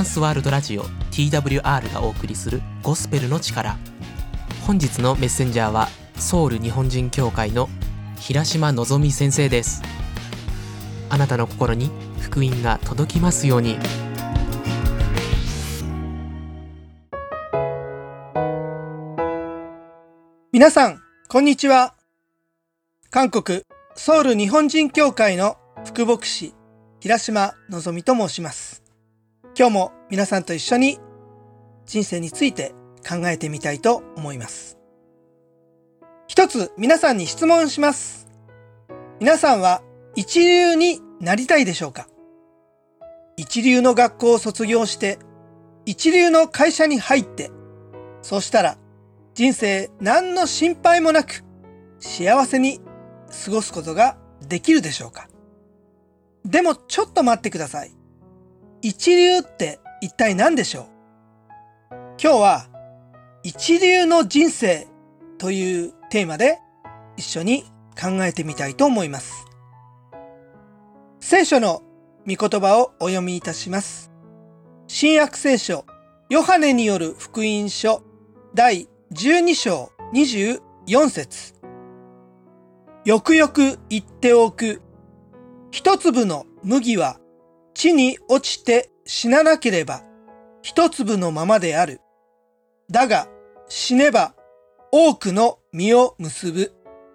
ンスワールドラジオ TWR がお送りするゴスペルの力。本日のメッセンジャーはソウル日本人協会の平島のぞみ先生です。あなたの心に福音が届きますように。 皆さんこんにちは。韓国ソウル日本人協会の副牧師平島のぞみと申します。今日も皆さんと一緒に人生について考えてみたいと思います。一つ皆さんに質問します。皆さんは一流になりたいでしょうか？一流の学校を卒業して一流の会社に入って、そうしたら人生何の心配もなく幸せに過ごすことができるでしょうか？でもちょっと待ってください。一流って一体何でしょう？今日は一流の人生というテーマで一緒に考えてみたいと思います。聖書の御言葉をお読みいたします。新約聖書ヨハネによる福音書第12章24節。よくよく言っておく。一粒の麦は地に落ちて死ななければ一粒のままである。だが死ねば多くの実を結ぶ。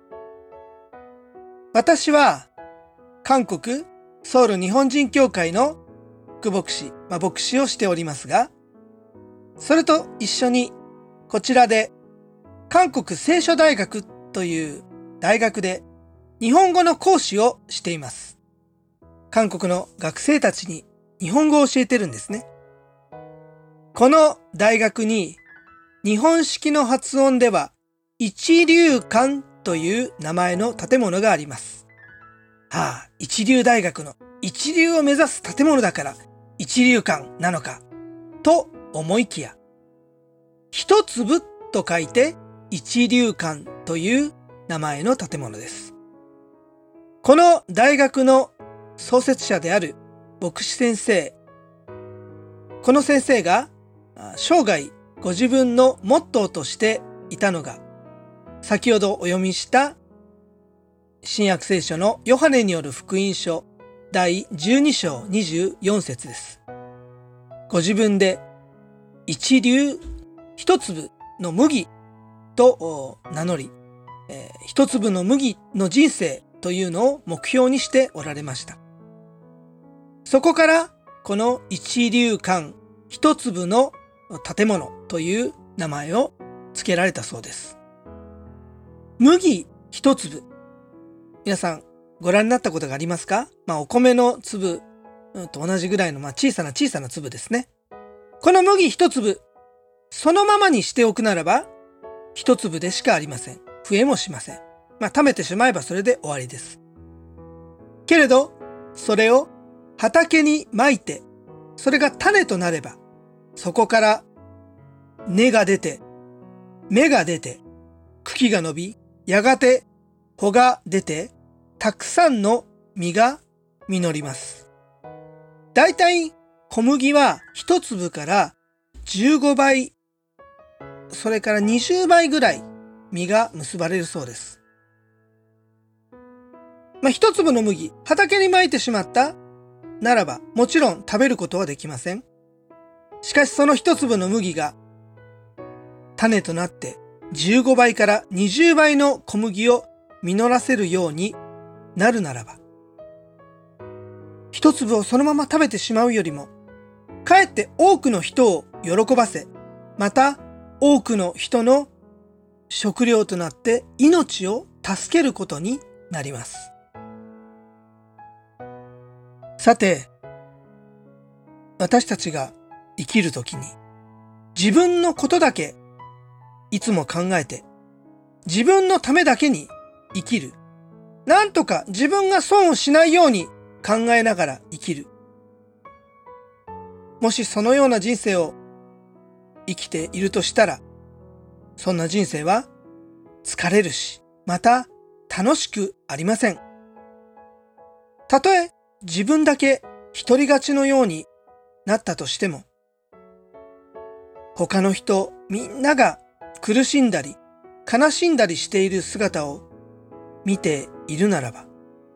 私は韓国ソウル日本人協会の副牧師、牧師をしておりますが、それと一緒にこちらで韓国聖書大学という大学で日本語の講師をしています。韓国の学生たちに日本語を教えてるんですね。この大学に日本式の発音では一流館という名前の建物があります。一流大学の一流を目指す建物だから一流館なのかと思いきや、一粒と書いて一流館という名前の建物です。この大学の創設者である牧師先生、この先生が生涯ご自分のモットーとしていたのが、先ほどお読みした新約聖書のヨハネによる福音書第12章24節です。ご自分で一流一粒の麦と名乗り、一粒の麦の人生というのを目標にしておられました。そこからこの一流館一粒の建物という名前を付けられたそうです。麦一粒、皆さんご覧になったことがありますか？お米の粒と同じぐらいの小さな粒ですね。この麦一粒、そのままにしておくならば一粒でしかありません。増えもしません。貯めてしまえばそれで終わりです。けれどそれを畑にまいて、それが種となれば、そこから根が出て、芽が出て、茎が伸び、やがて穂が出て、たくさんの実が実ります。だいたい小麦は一粒から15倍、それから20倍ぐらい実が結ばれるそうです。一粒の麦、畑にまいてしまったならば、もちろん食べることはできません。しかしその一粒の麦が種となって15倍から20倍の小麦を実らせるようになるならば、一粒をそのまま食べてしまうよりも、かえって多くの人を喜ばせ、また多くの人の食料となって命を助けることになります。さて、私たちが生きるときに自分のことだけいつも考えて、自分のためだけに生きる。なんとか自分が損をしないように考えながら生きる。もしそのような人生を生きているとしたら、そんな人生は疲れるし、また楽しくありません。たとえ自分だけ独り勝ちのようになったとしても、 他の人みんなが苦しんだり悲しんだりしている姿を見ているならば、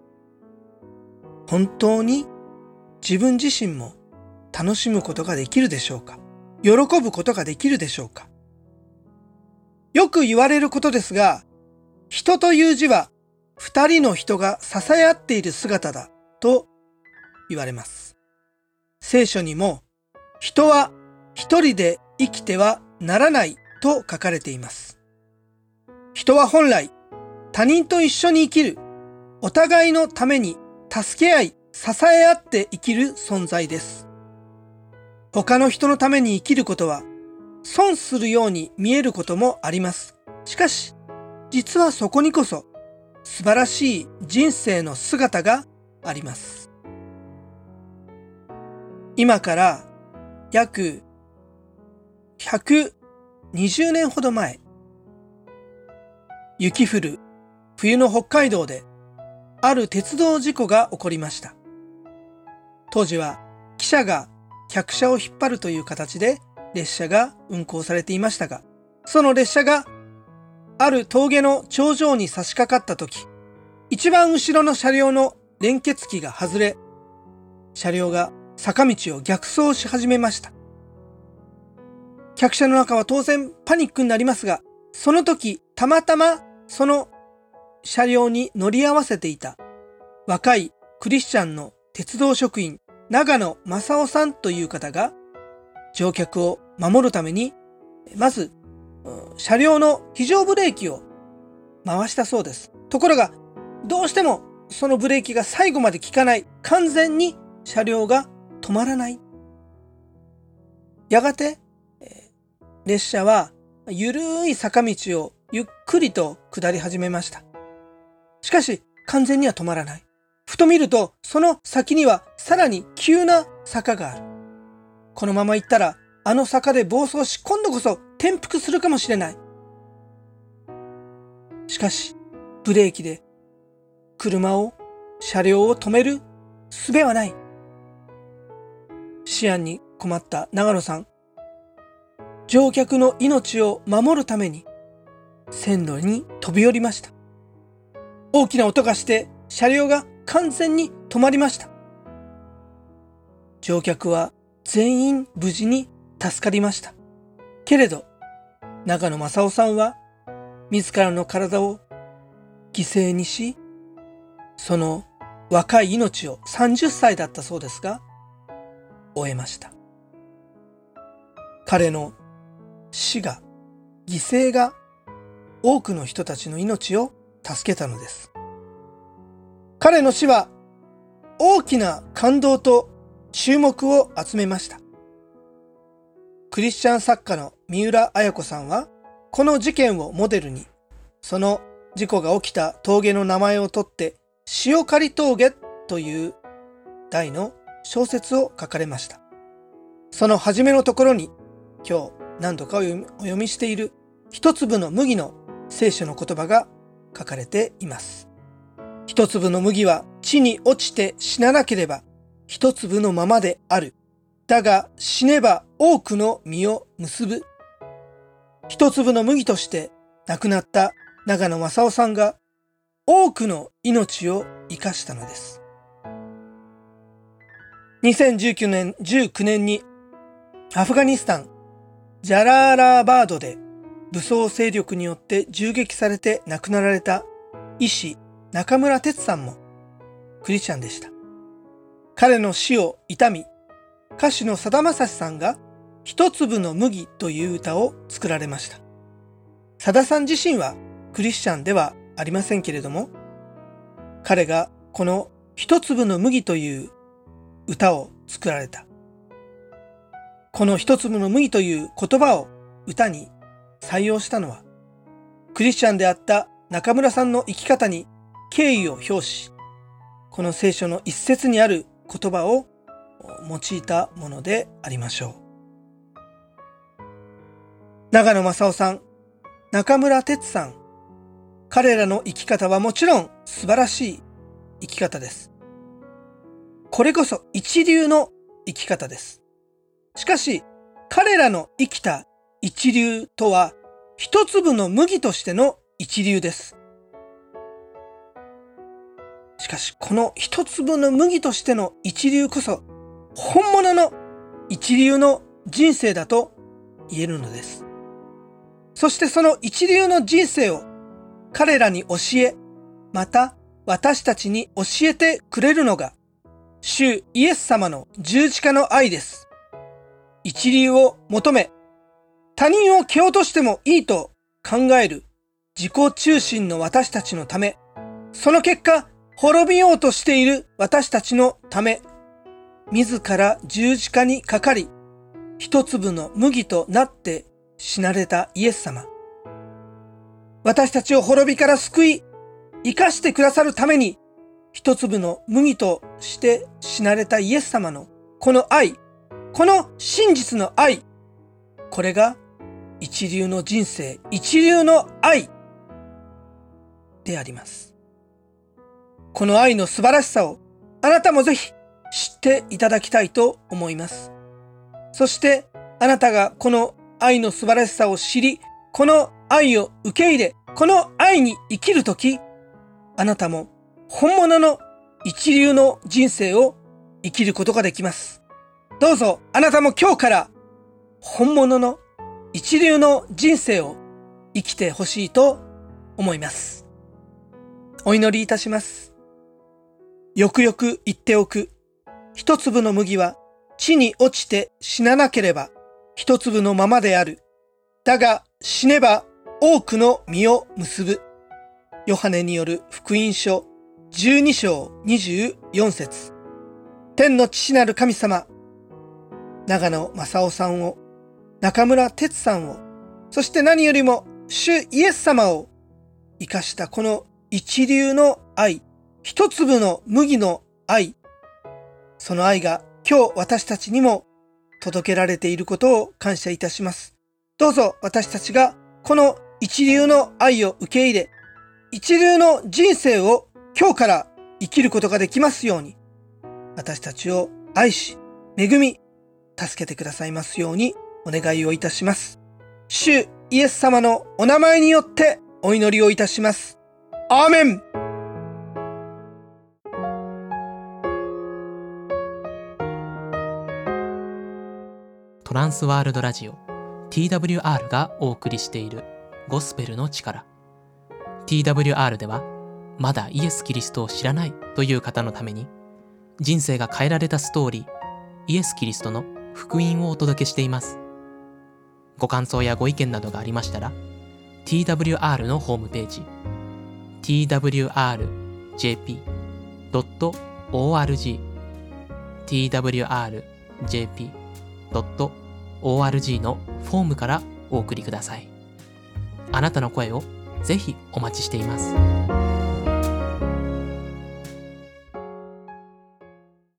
本当に自分自身も楽しむことができるでしょうか？喜ぶことができるでしょうか？よく言われることですが、人という字は二人の人が支え合っている姿だと言われます。聖書にも、人は一人で生きてはならないと書かれています。人は本来、他人と一緒に生きる、お互いのために助け合い、支え合って生きる存在です。他の人のために生きることは、損するように見えることもあります。しかし、実はそこにこそ、素晴らしい人生の姿があります。今から約120年ほど前、雪降る冬の北海道である鉄道事故が起こりました。当時は汽車が客車を引っ張るという形で列車が運行されていましたが、その列車がある峠の頂上に差し掛かった時、一番後ろの車両の連結機が外れ、車両が坂道を逆走し始めました。客車の中は当然パニックになりますが、その時たまたまその車両に乗り合わせていた若いクリスチャンの鉄道職員長野正夫さんという方が乗客を守るためにまず車両の非常ブレーキを回したそうです。ところがどうしてもそのブレーキが最後まで効かない、完全に車両が止まらない。やがて列車はゆるい坂道をゆっくりと下り始めました。しかし完全には止まらない。ふと見るとその先にはさらに急な坂がある。このまま行ったらあの坂で暴走し、今度こそ転覆するかもしれない。しかしブレーキで車両を止める術はない。思案に困った長野さん、乗客の命を守るために線路に飛び降りました。大きな音がして車両が完全に止まりました。乗客は全員無事に助かりました。けれど長野正夫さんは自らの体を犠牲にし、その若い命を30歳だったそうですが終えました。彼の犠牲が多くの人たちの命を助けたのです。彼の死は大きな感動と注目を集めました。クリスチャン作家の三浦綾子さんはこの事件をモデルに、その事故が起きた峠の名前を取って塩刈峠という題の小説を書かれました。その初めのところに今日何度かお読みしている一粒の麦の聖書の言葉が書かれています。一粒の麦は地に落ちて死ななければ一粒のままである。だが死ねば多くの実を結ぶ。一粒の麦として亡くなった長野正夫さんが多くの命を生かしたのです。2019年にアフガニスタンジャラーラーバードで武装勢力によって銃撃されて亡くなられた医師中村哲さんもクリスチャンでした。彼の死を悼み、歌手のさだまさしさんが一粒の麦という歌を作られました。さださん自身はクリスチャンではありませんけれども、彼がこの一粒の麦という歌を作られた。この一粒の麦という言葉を歌に採用したのは、クリスチャンであった中村さんの生き方に敬意を表し、この聖書の一節にある言葉を用いたものでありましょう。長野正夫さん、中村哲さん、彼らの生き方はもちろん素晴らしい生き方です。これこそ一流の生き方です。しかし、彼らの生きた一粒とは一粒の麦としての一粒です。しかしこの一粒の麦としての一粒こそ本物の一粒の人生だと言えるのです。そしてその一粒の人生を彼らに教え、また私たちに教えてくれるのが主イエス様の十字架の愛です。一粒を求め、他人を蹴落としてもいいと考える自己中心の私たちのため、その結果滅びようとしている私たちのため、自ら十字架にかかり、一粒の麦となって死なれたイエス様。私たちを滅びから救い、生かしてくださるために、一粒の麦として死なれたイエス様のこの愛、この真実の愛、これが一流の人生、一流の愛であります。この愛の素晴らしさをあなたもぜひ知っていただきたいと思います。そしてあなたがこの愛の素晴らしさを知り、この愛を受け入れ、この愛に生きるとき、あなたも本物の一流の人生を生きることができます。どうぞあなたも今日から本物の一流の人生を生きてほしいと思います。お祈りいたします。よくよく言っておく。一粒の麦は地に落ちて死ななければ一粒のままである。だが死ねば多くの実を結ぶ。ヨハネによる福音書12章24節。天の父なる神様、長野正夫さんを、中村哲さんを、そして何よりも主イエス様を生かしたこの一流の愛、一粒の麦の愛、その愛が今日私たちにも届けられていることを感謝いたします。どうぞ私たちがこの一流の愛を受け入れ、一流の人生を今日から生きることができますように、私たちを愛し、恵み、助けてくださいますようにお願いをいたします。主イエス様のお名前によってお祈りをいたします。アーメン。 トランスワールドラジオ TWR がお送りしているゴスペルの力。 TWR ではまだイエス・キリストを知らないという方のために、人生が変えられたストーリー、イエス・キリストの福音をお届けしています。ご感想やご意見などがありましたら TWR のホームページ twrjp.org twrjp.org のフォームからお送りください。あなたの声をぜひお待ちしています。